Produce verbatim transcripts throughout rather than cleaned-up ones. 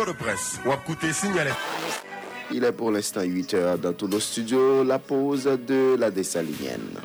de presse. Ou à écouter signaler. Il est pour l'instant huit heures dans tous nos studios, la pause de la Dessalinienne.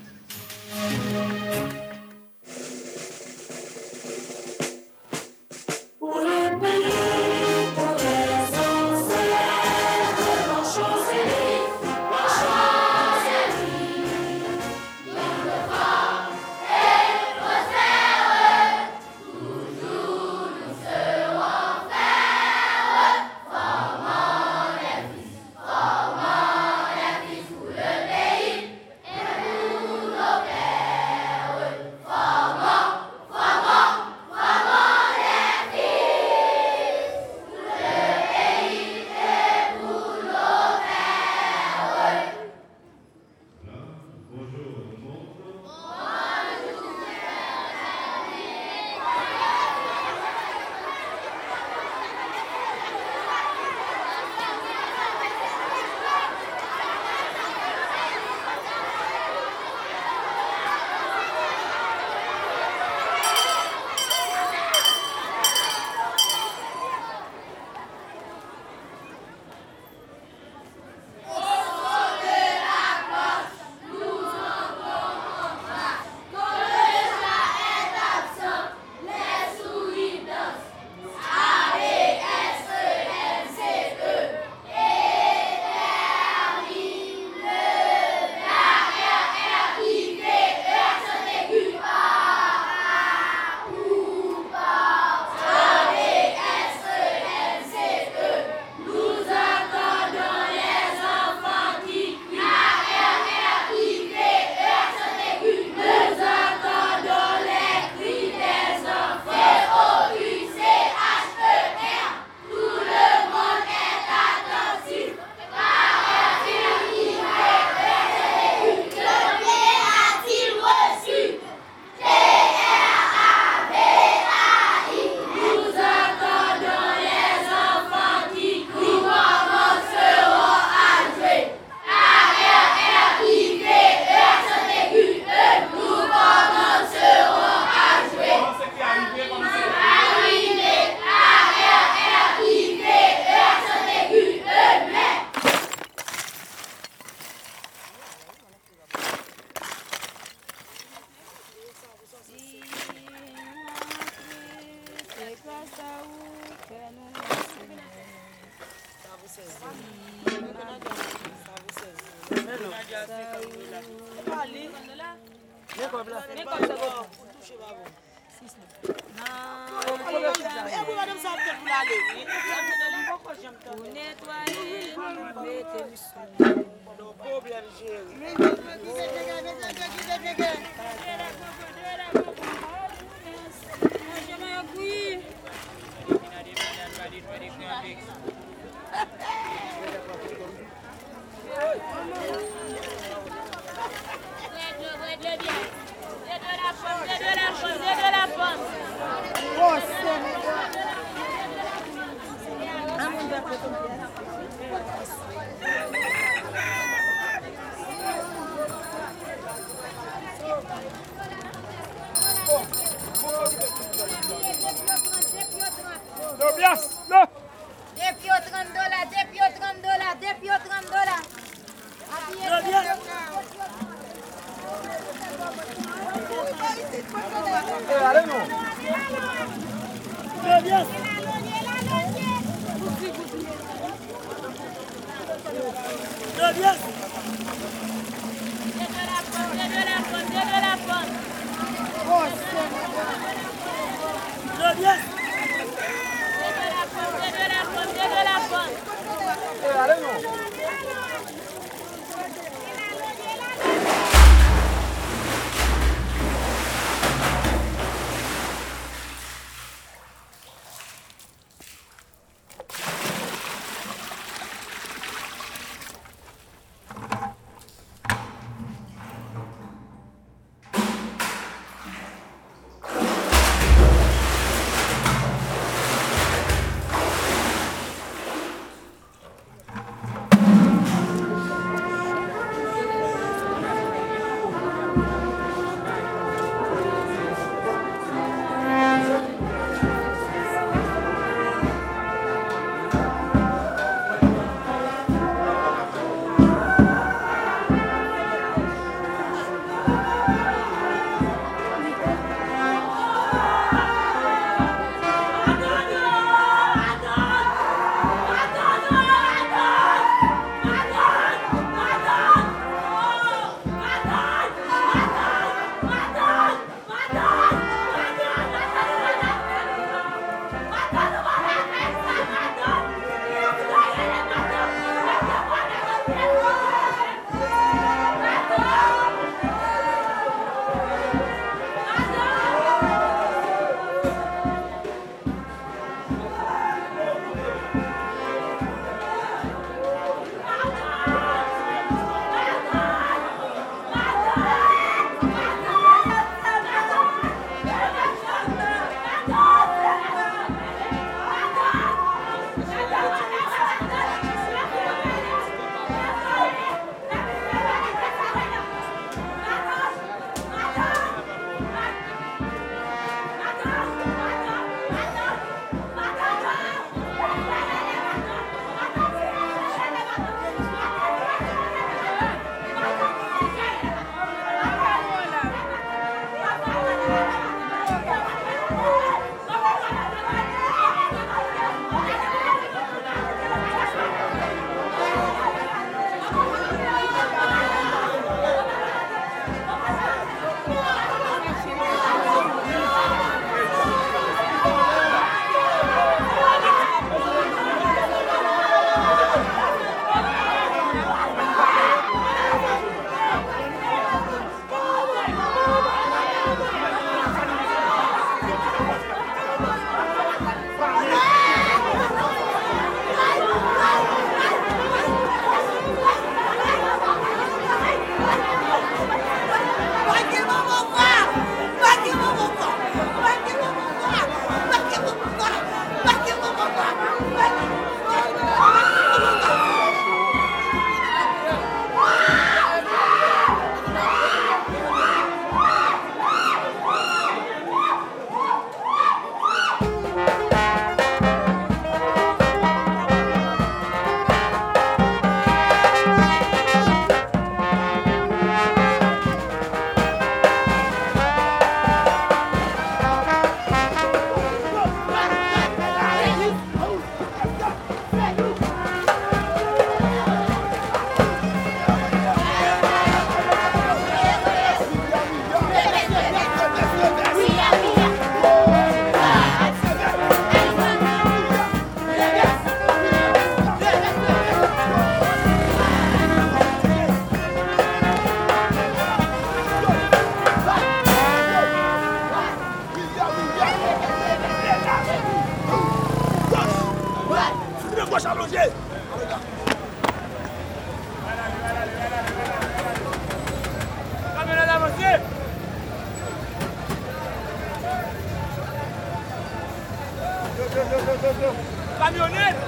Camionete!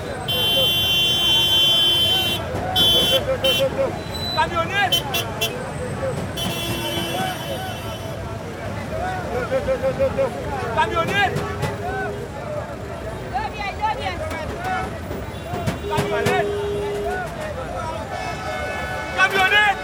Camionete! Camionete! Camionete! Camionete!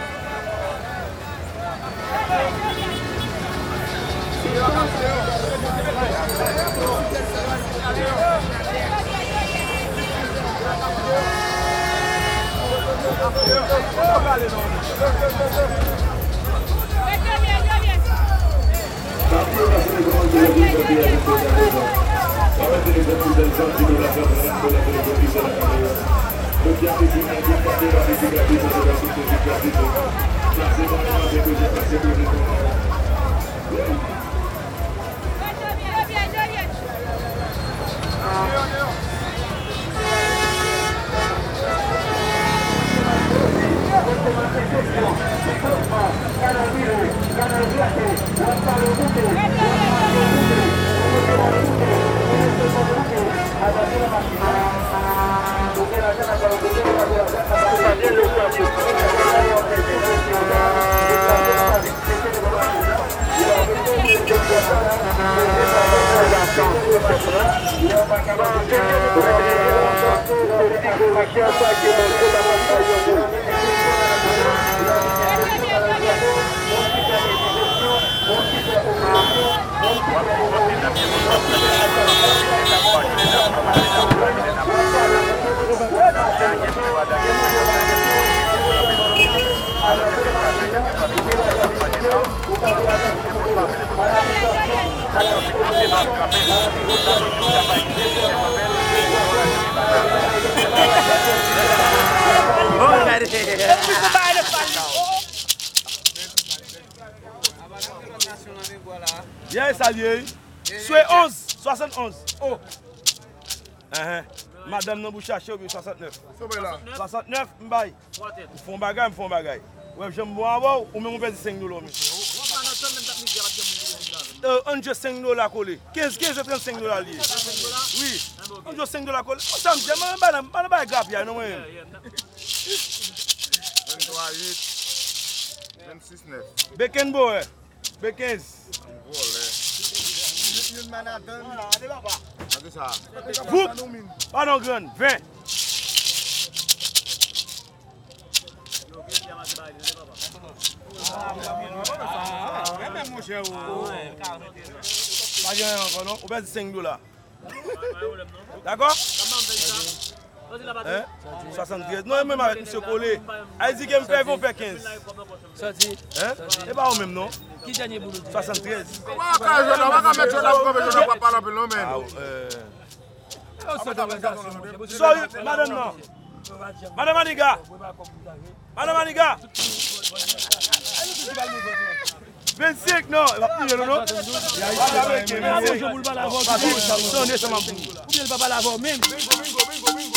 Bien salué. Soit onze, soixante et onze. Oh. Uh-huh. Madame nan bou chercher soixante-neuf. soixante-neuf, m'bay. Font bagay, m'font bagay. Ouais, j'aime boire avant ou même on pèse cinq dollars. Euh, on joue cinq dollars collé. quinze, quinze, trente-cinq dollars lié. Oui. On joue cinq dollars collé. Ça me dit, madame, madame, pas grave, non, moi. vingt-trois huit, vingt-six neuf. Bacon boy. Bacon. Vous, pardon, grand, vingt. Pas bien encore, non? On pèse cinq dollars. D'accord? Hein? soixante-treize. Non, même avec M. Collet. Elle dit qu'elle me fait, ils vont faire quinze. Sorti. Hein? Et pas au même, non? Qui gagne boulot? soixante-treize. Sorry, madame, non. Madame Maniga. Madame Maniga. vingt-cinq, non. Il va plier, non, non. Il y a vingt-cinq. Je vous le bats la voix. Non, n'est-ce pas, vous. Vous ne le pas la voix, même. Bingo, bingo, bingo, bingo.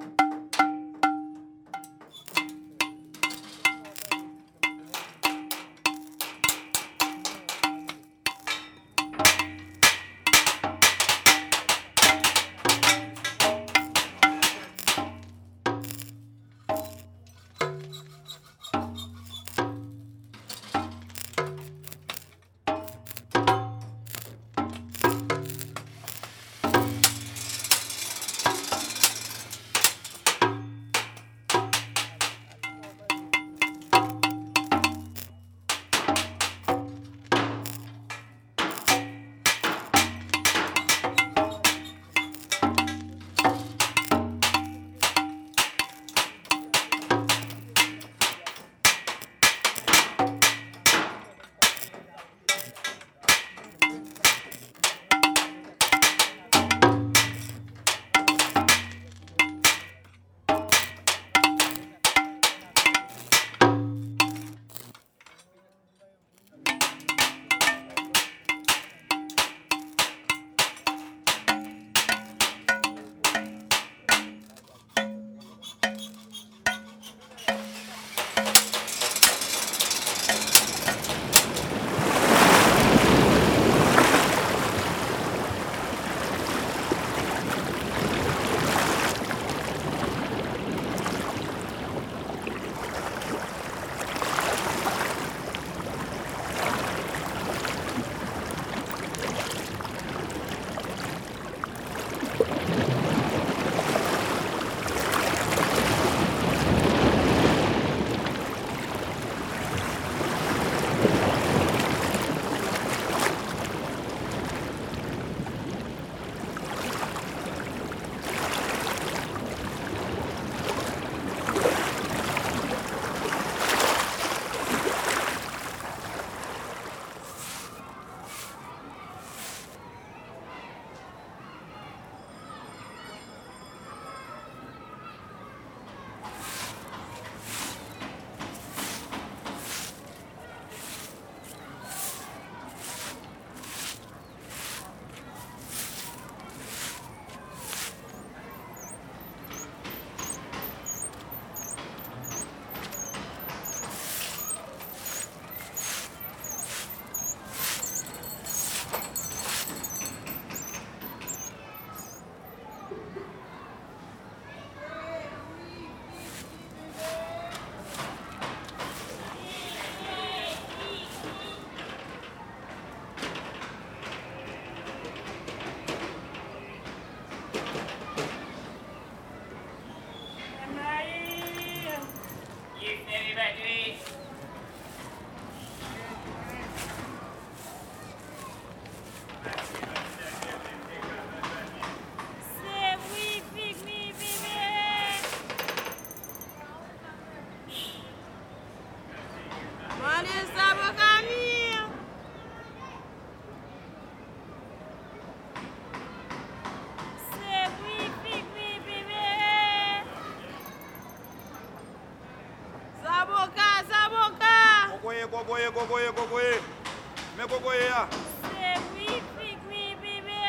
Gogoye, gogoye, gogoye. Me gogoye ya. C'est oui, fig, oui, bébé.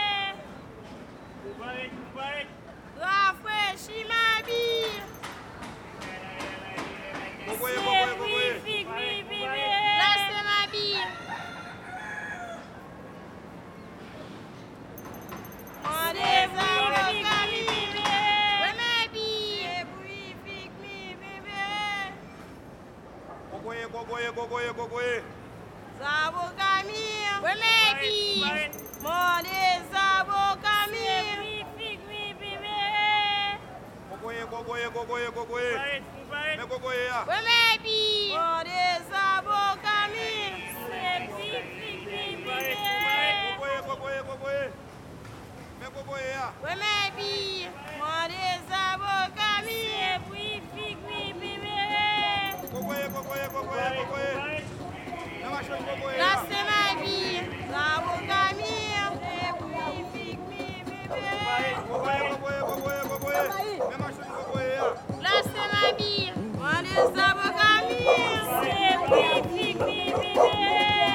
Kubaret, kubaret. Rafraîchis ma bille. Gogoye, C'est gogoye, oui, gogoye. fig, oui, bébé. Lâchez ma bille. On est oui, fig, oui, bébé. Ouais, ma bille. C'est oui, fig, oui, bébé. Gogoye, gogoye, gogoye, gogoye. Zabo Camille. Ouais, ma bille. Mon est Zabo Camille. Oui, fig, oui, bébé. Gogoye, gogoye, gogoye, gogoye. Kubaret, kubaret. Me gogoye ya. Ouais, ma bille. Mon est Zabo Camille. C'est oui, fig, oui, bébé. Gogoye, gogoye, gogoye. Me gogoye ya. Ouais, ma bille. Mon est Zabo Camille. C'est oui, fig, oui, bébé. Gogoye, gogoye, gogoye, gogoye. Kubaret. Me machine gogoye Là, ya. c'est ma bille. Zabo Camille. C'est oui, fig, oui, bébé. Gogoye, gogoye, gogoye, gogoye. Me machine gogoye ya. Là, c'est ma bille. Mon est Zabo Camille. C'est oui, fig, oui, bébé.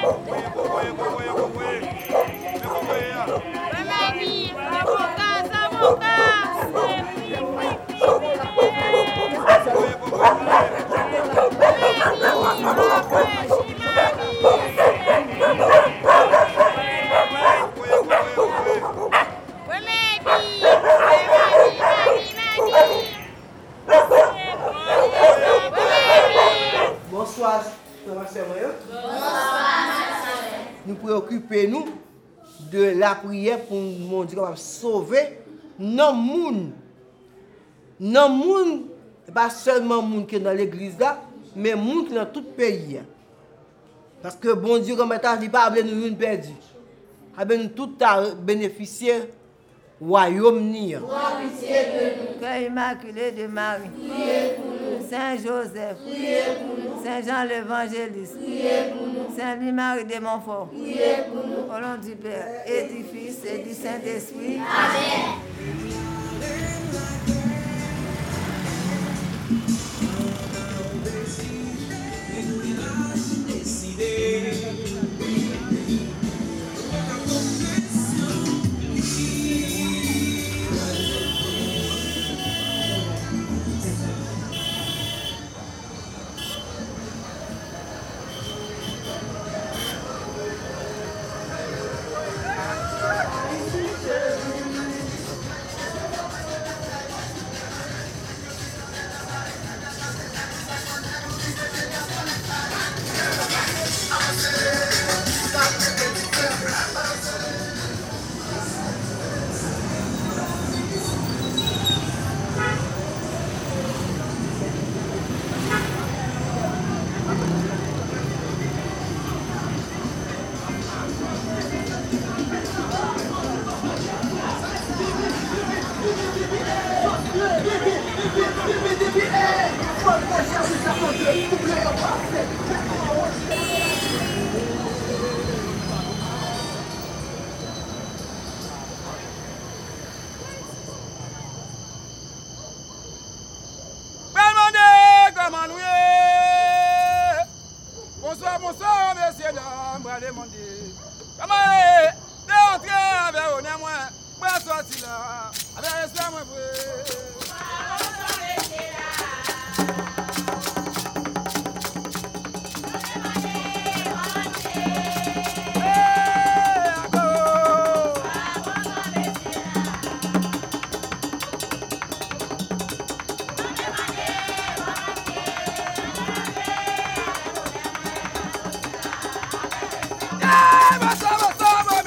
occuper nous de la prière pour mon Dieu capable sauver non moun. Non moun, pas seulement moun qui est dans l'église là, mais moun qui est dans tout le pays. Parce que bon Dieu comme état dit pas nous une perdu. Avec nous tout à bénéficier royaume ni. Cœur immaculé de Marie. Priez pour nous. Saint Joseph. Priez pour nous. Saint Jean l'évangéliste. Priez pour nous. Saint Louis-Marie de Montfort. Priez pour nous. Au nom du Père et du Fils et du Saint-Esprit. Amen. Bonsoir, bonsoir, messieurs, dames, bras demandés. Comment est de entrer avec honneur, moi, moi, sorti là, avec respect, moi, bonsoir, messieurs, Vamos, vamos, vamos!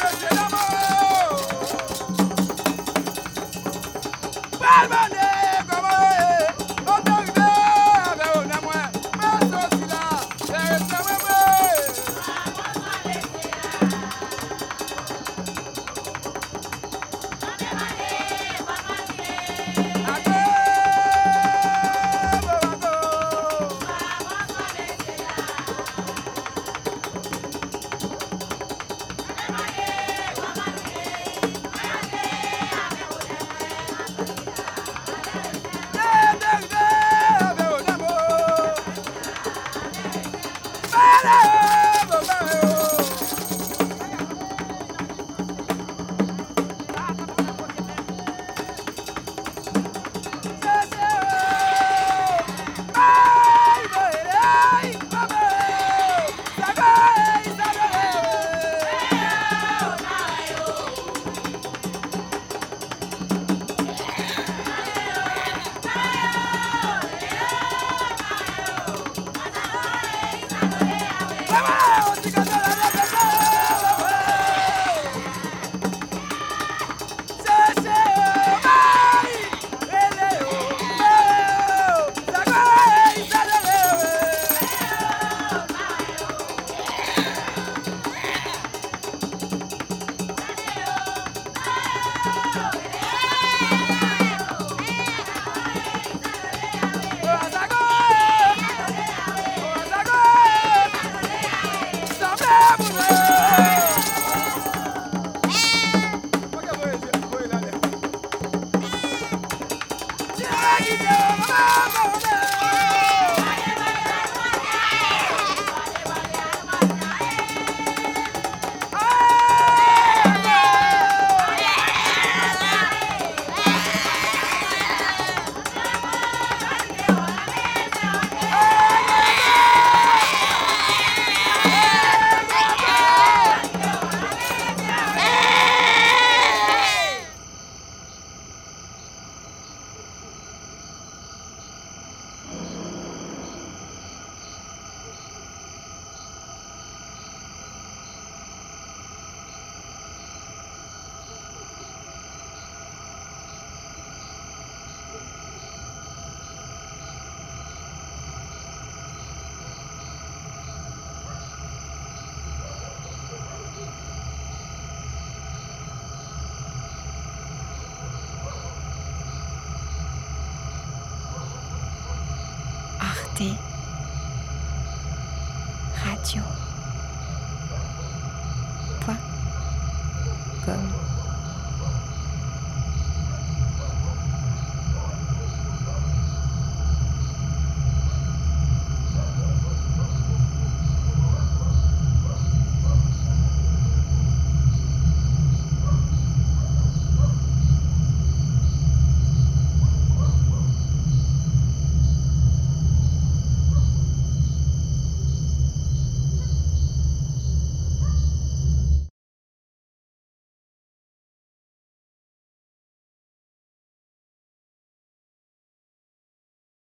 écoutez Radio